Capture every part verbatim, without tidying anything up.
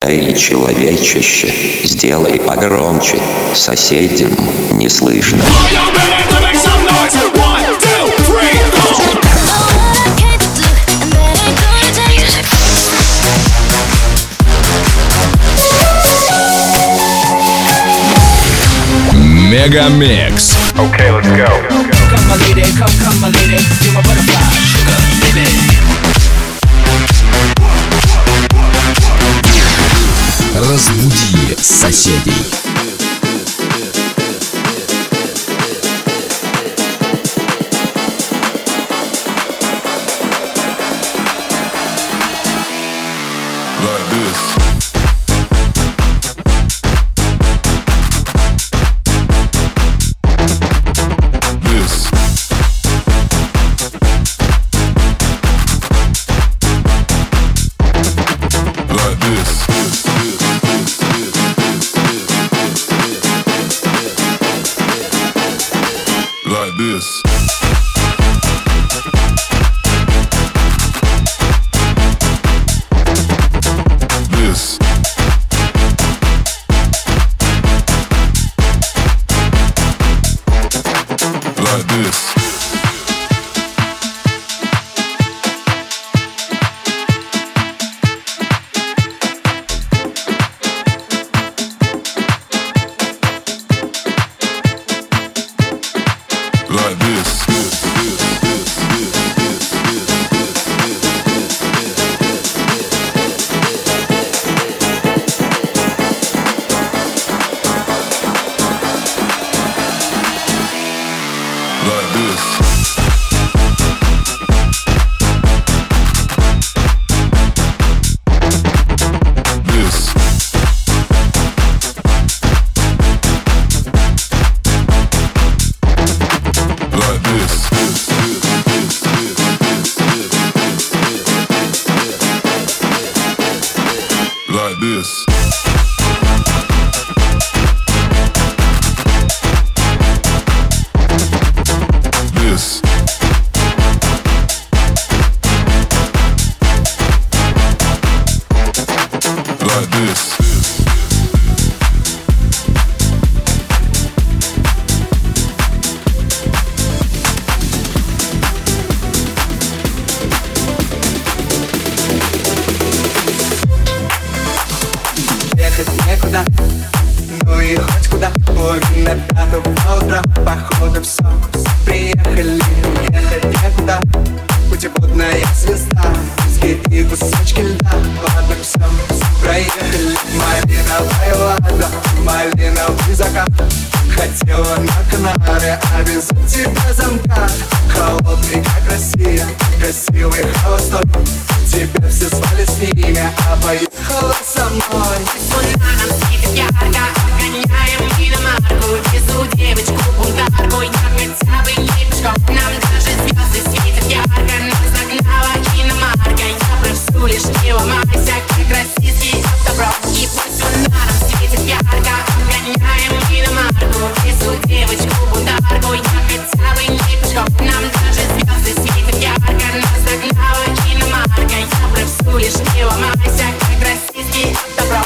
Эй, человечище, сделай погромче, соседям не слышно. Мегамикс. Okay, let's go. Come my lady, come, come my lady, you're my butterfly, sugar, baby. Разбуди соседей. Некуда, ну и хоть куда. Половина пятого утра, походу все. Приехали, ехать некуда. Путеводная звезда, пески и кусочки льда. Ладно, все, проехали. Малиновая вода, малиновый закат. Хотела на Канары, а без тебя замка. Холодный, как Россия, красивый холостой. Тебя все звали с ними, а поехала со мной. Нам светит ярко, обгоняем иномарку. Везу девочку бунтарку, я хотя бы не пешком. Нам даже звезды светят ярко, нас догнала иномарка. Я прошу лишь не ломайся, как российский автоброд. И пусть он нам светит ярко, обгоняем иномарку. Везу девочку бунтарку, я хотя бы не пешком. Нам даже звезды светят ярко, нас догнала иномарка. Я прошу лишь не ломайся, как российский автоброд.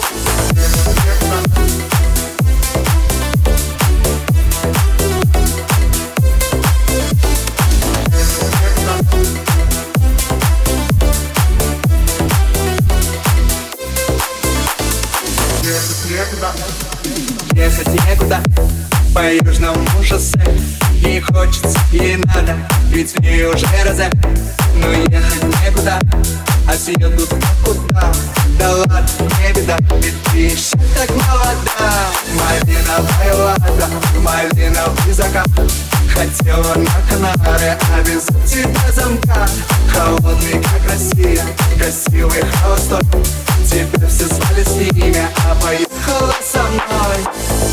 Ехать некуда, по южному шоссе. Ей хочется, ей надо, ведь в ней уже розе. Но ехать некуда, а съедут куда. Да ладно, не беда, ведь ты еще так молода. Малиновая вода, малиновый закат. Хотела на Канары, а без тебя замка. Холодный, как Россия, красивый холостой. Тебя все звали с ними, а поехала со мной.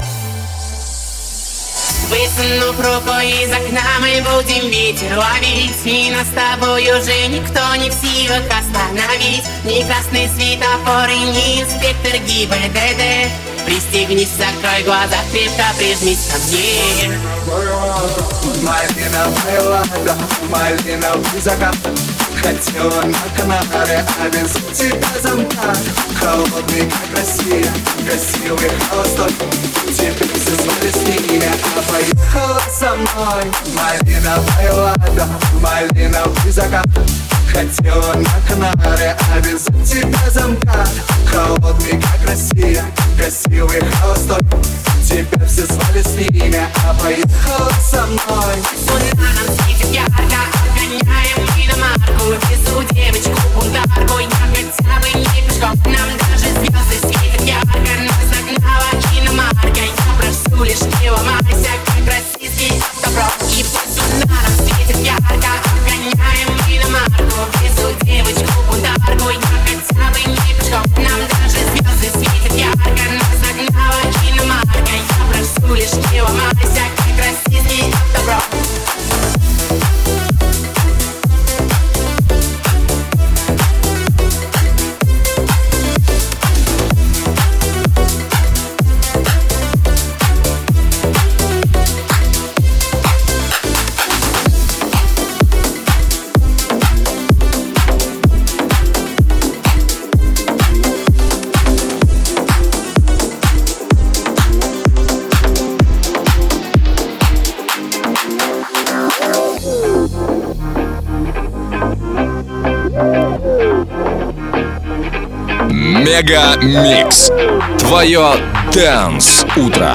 Высунув руку из окна, мы будем ветер ловить. И нас с тобой уже никто не в силах остановить. Ни красный светофор и ни инспектор ГИБДД. Пристегнись, закрой глаза, крепко прижмись ко мне. Малиновая вода, малиновый закат. Хотела на Канары, а без тебя замка. Холодный, как Россия, красивый холостой. Теперь все звали с ними, а поехала со мной. Малиновая лада, малиновый закат. Хотела на Канары, а без тебя замка. Холодный, как Россия, красивый холостой. Теперь все звали с ними, а поехала со мной. Луна нам светит ярко, отгоняем иномарку. Везу девочку бунтарку, я хотя бы не пешком. Нам даже звезды светят ярко, нас нагнала иномарка. Я прошу лишь не ломайся, как российский автопром. И пусть луна нам светит ярко, отгоняем иномарку. Везу девочку бунтарку, я хотя бы не пешком. Нам даже звезды светят ярко, нас нагнала иномарка. Я прошу лишь не ломайся, как российский автопром. Мега Микс. Твое Dance утро.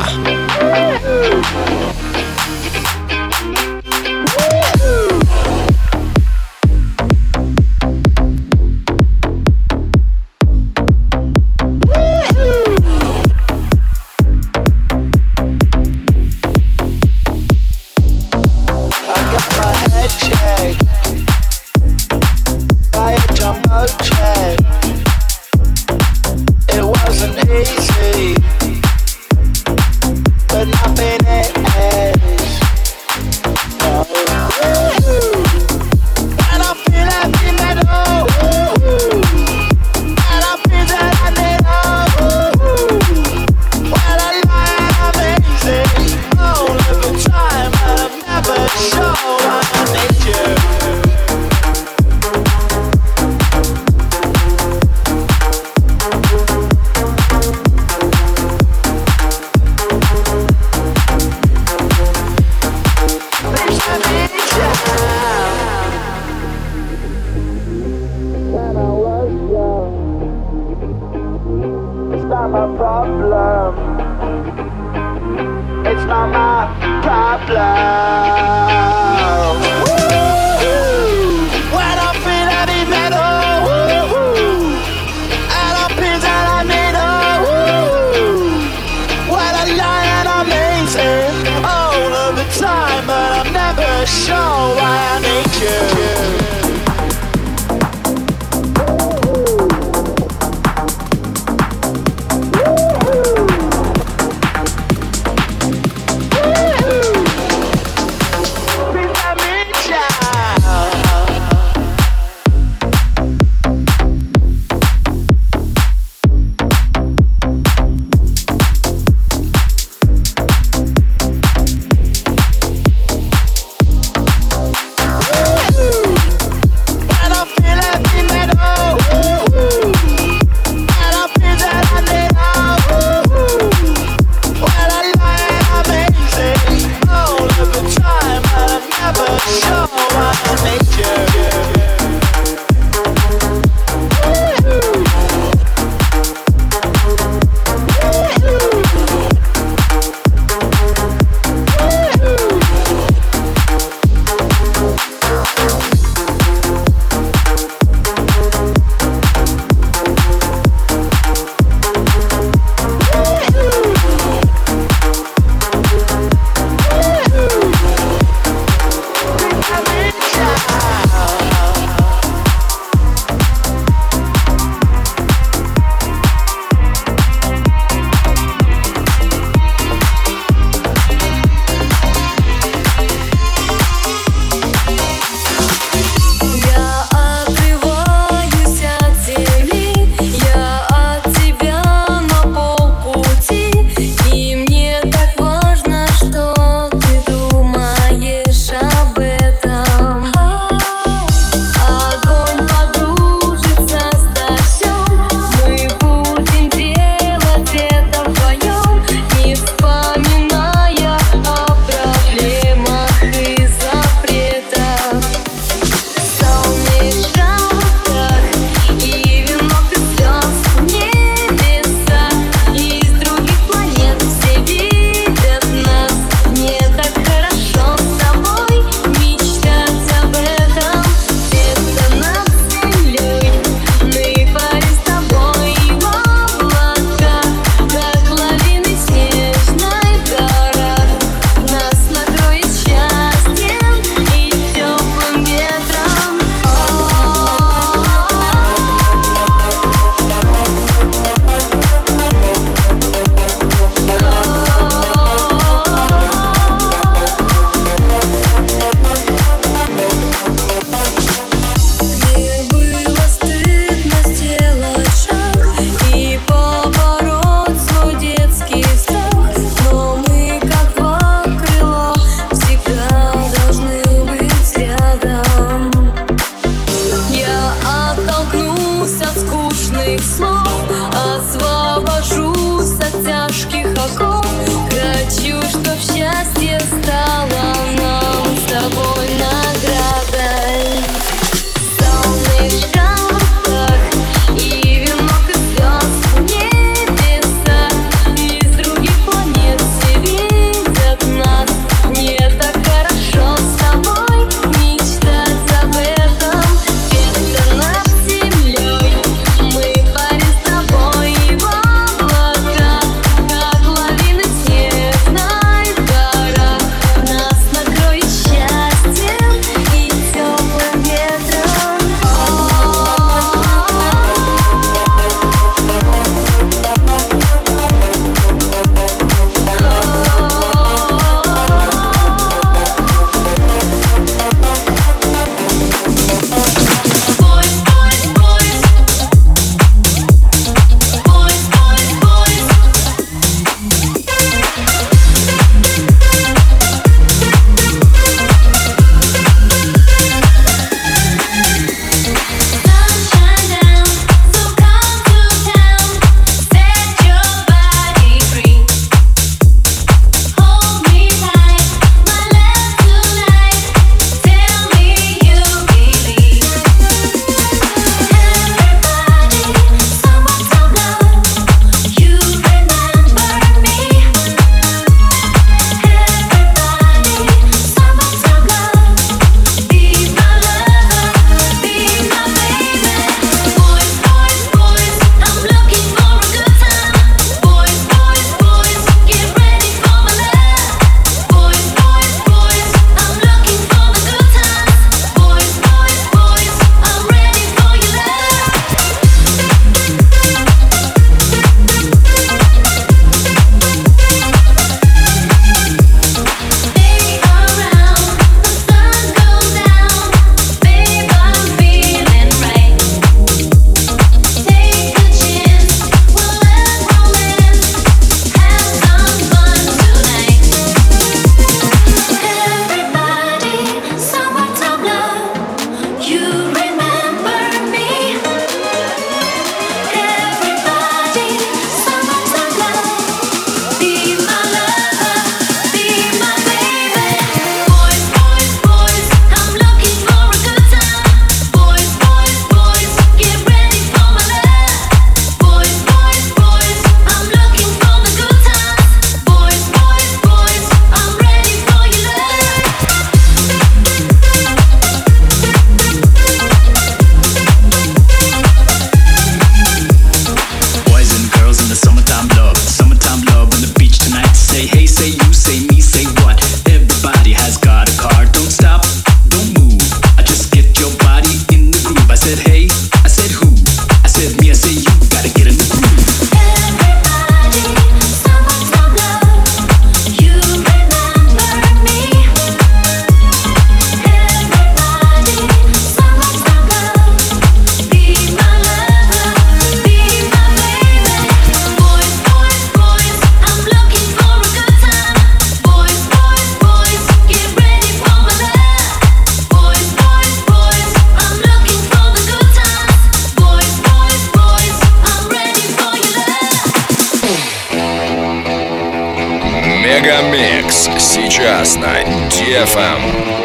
Мегамикс сейчас на ди эф эм.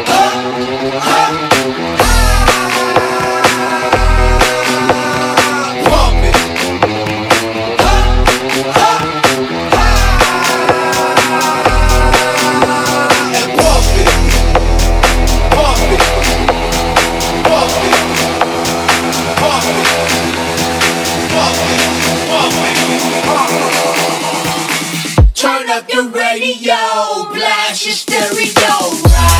Turn up your radio, blast your stereo.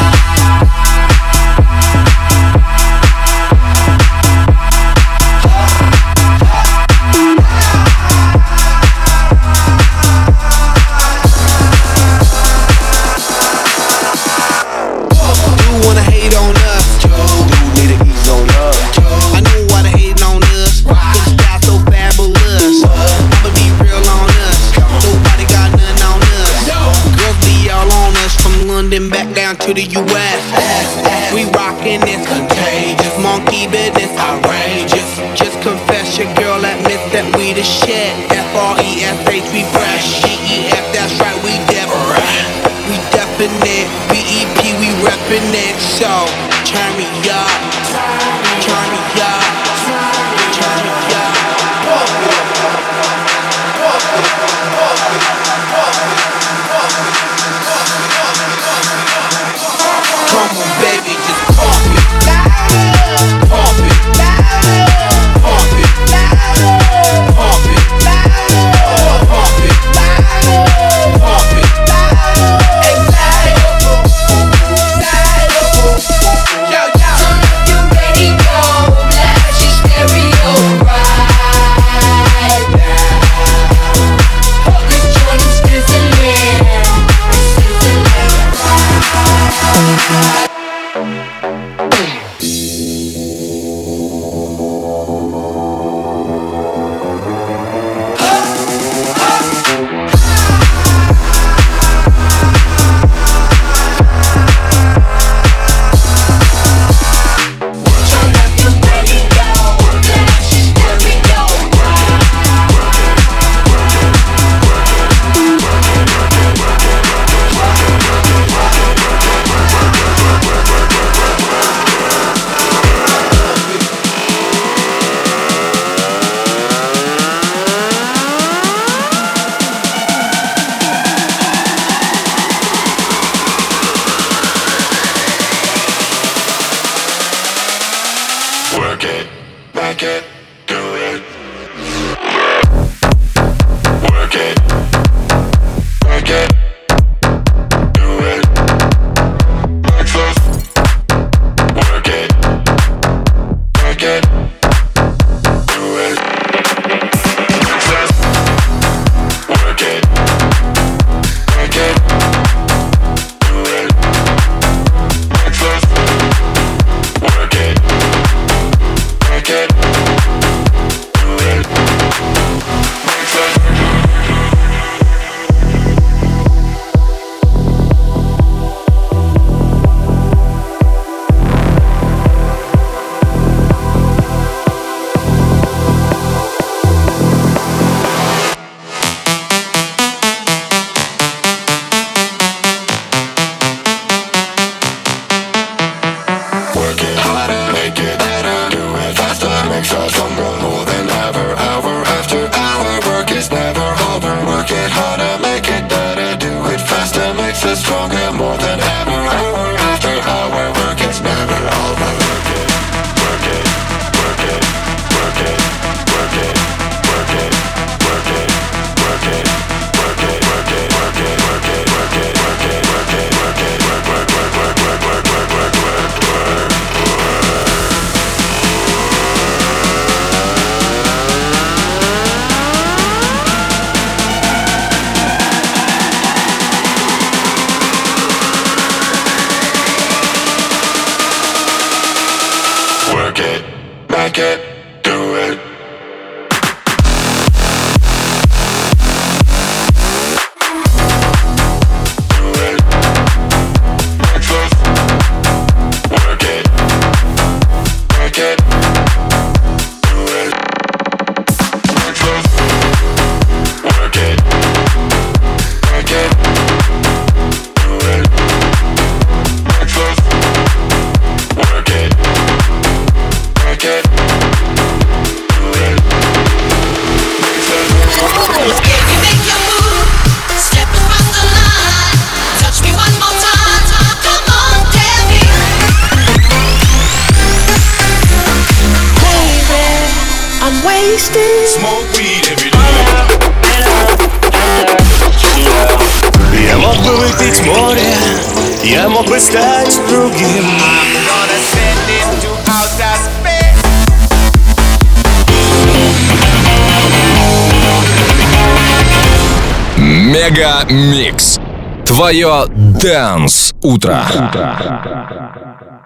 You wanna hate on us, Joe? You need to ease on up, Joe. I know why they hating on us, cause the style so fabulous. I'ma be real on us, nobody got nothing on us. Girls be all on us, from London back down to the U S We rockin' this contagious, monkey business outrageous. Just confess your girl admits that we the shit. F R E S H, we fresh. G E F, that's right, we different. We definite, B E P, we reppin' it. So, turn me up, turn me up, turn me up. Come on, baby, just pump it, pump it, pump it, pump it, pump it, pump it. Yo, yo. Turn up your radio, blast your stereo right now. This joint is sizzling, sizzling. Turn up your radio, blast your stereo Work it, make it, do it. Work it, make it, do it. Access. Work it, make it, do it. Access. Work it, make it, do it. Access. Work it. Make it, do it, make sense. Work it harder, make it better, do it faster, makes us stronger more than ever, hour after hour. Work is never over, work it harder, make it better, do it faster, makes us stronger more than ever, hour after hour. Work is never over. Work it, work it, work it, work it, work it, work it, work it, work it, work it, work it, work it, work it, work it, work it, work it, work, work, work, work, work, work, work, work, work, work. Work it, make it, do it. Do it. Access. Work it, make it, do it. Access. Work it, make it, I'm wasted. Smoke weed every day. Я мог бы выпить море, я мог бы стать другим. I'm gonna send it to outer space. Мега Микс. Твое Dance утро.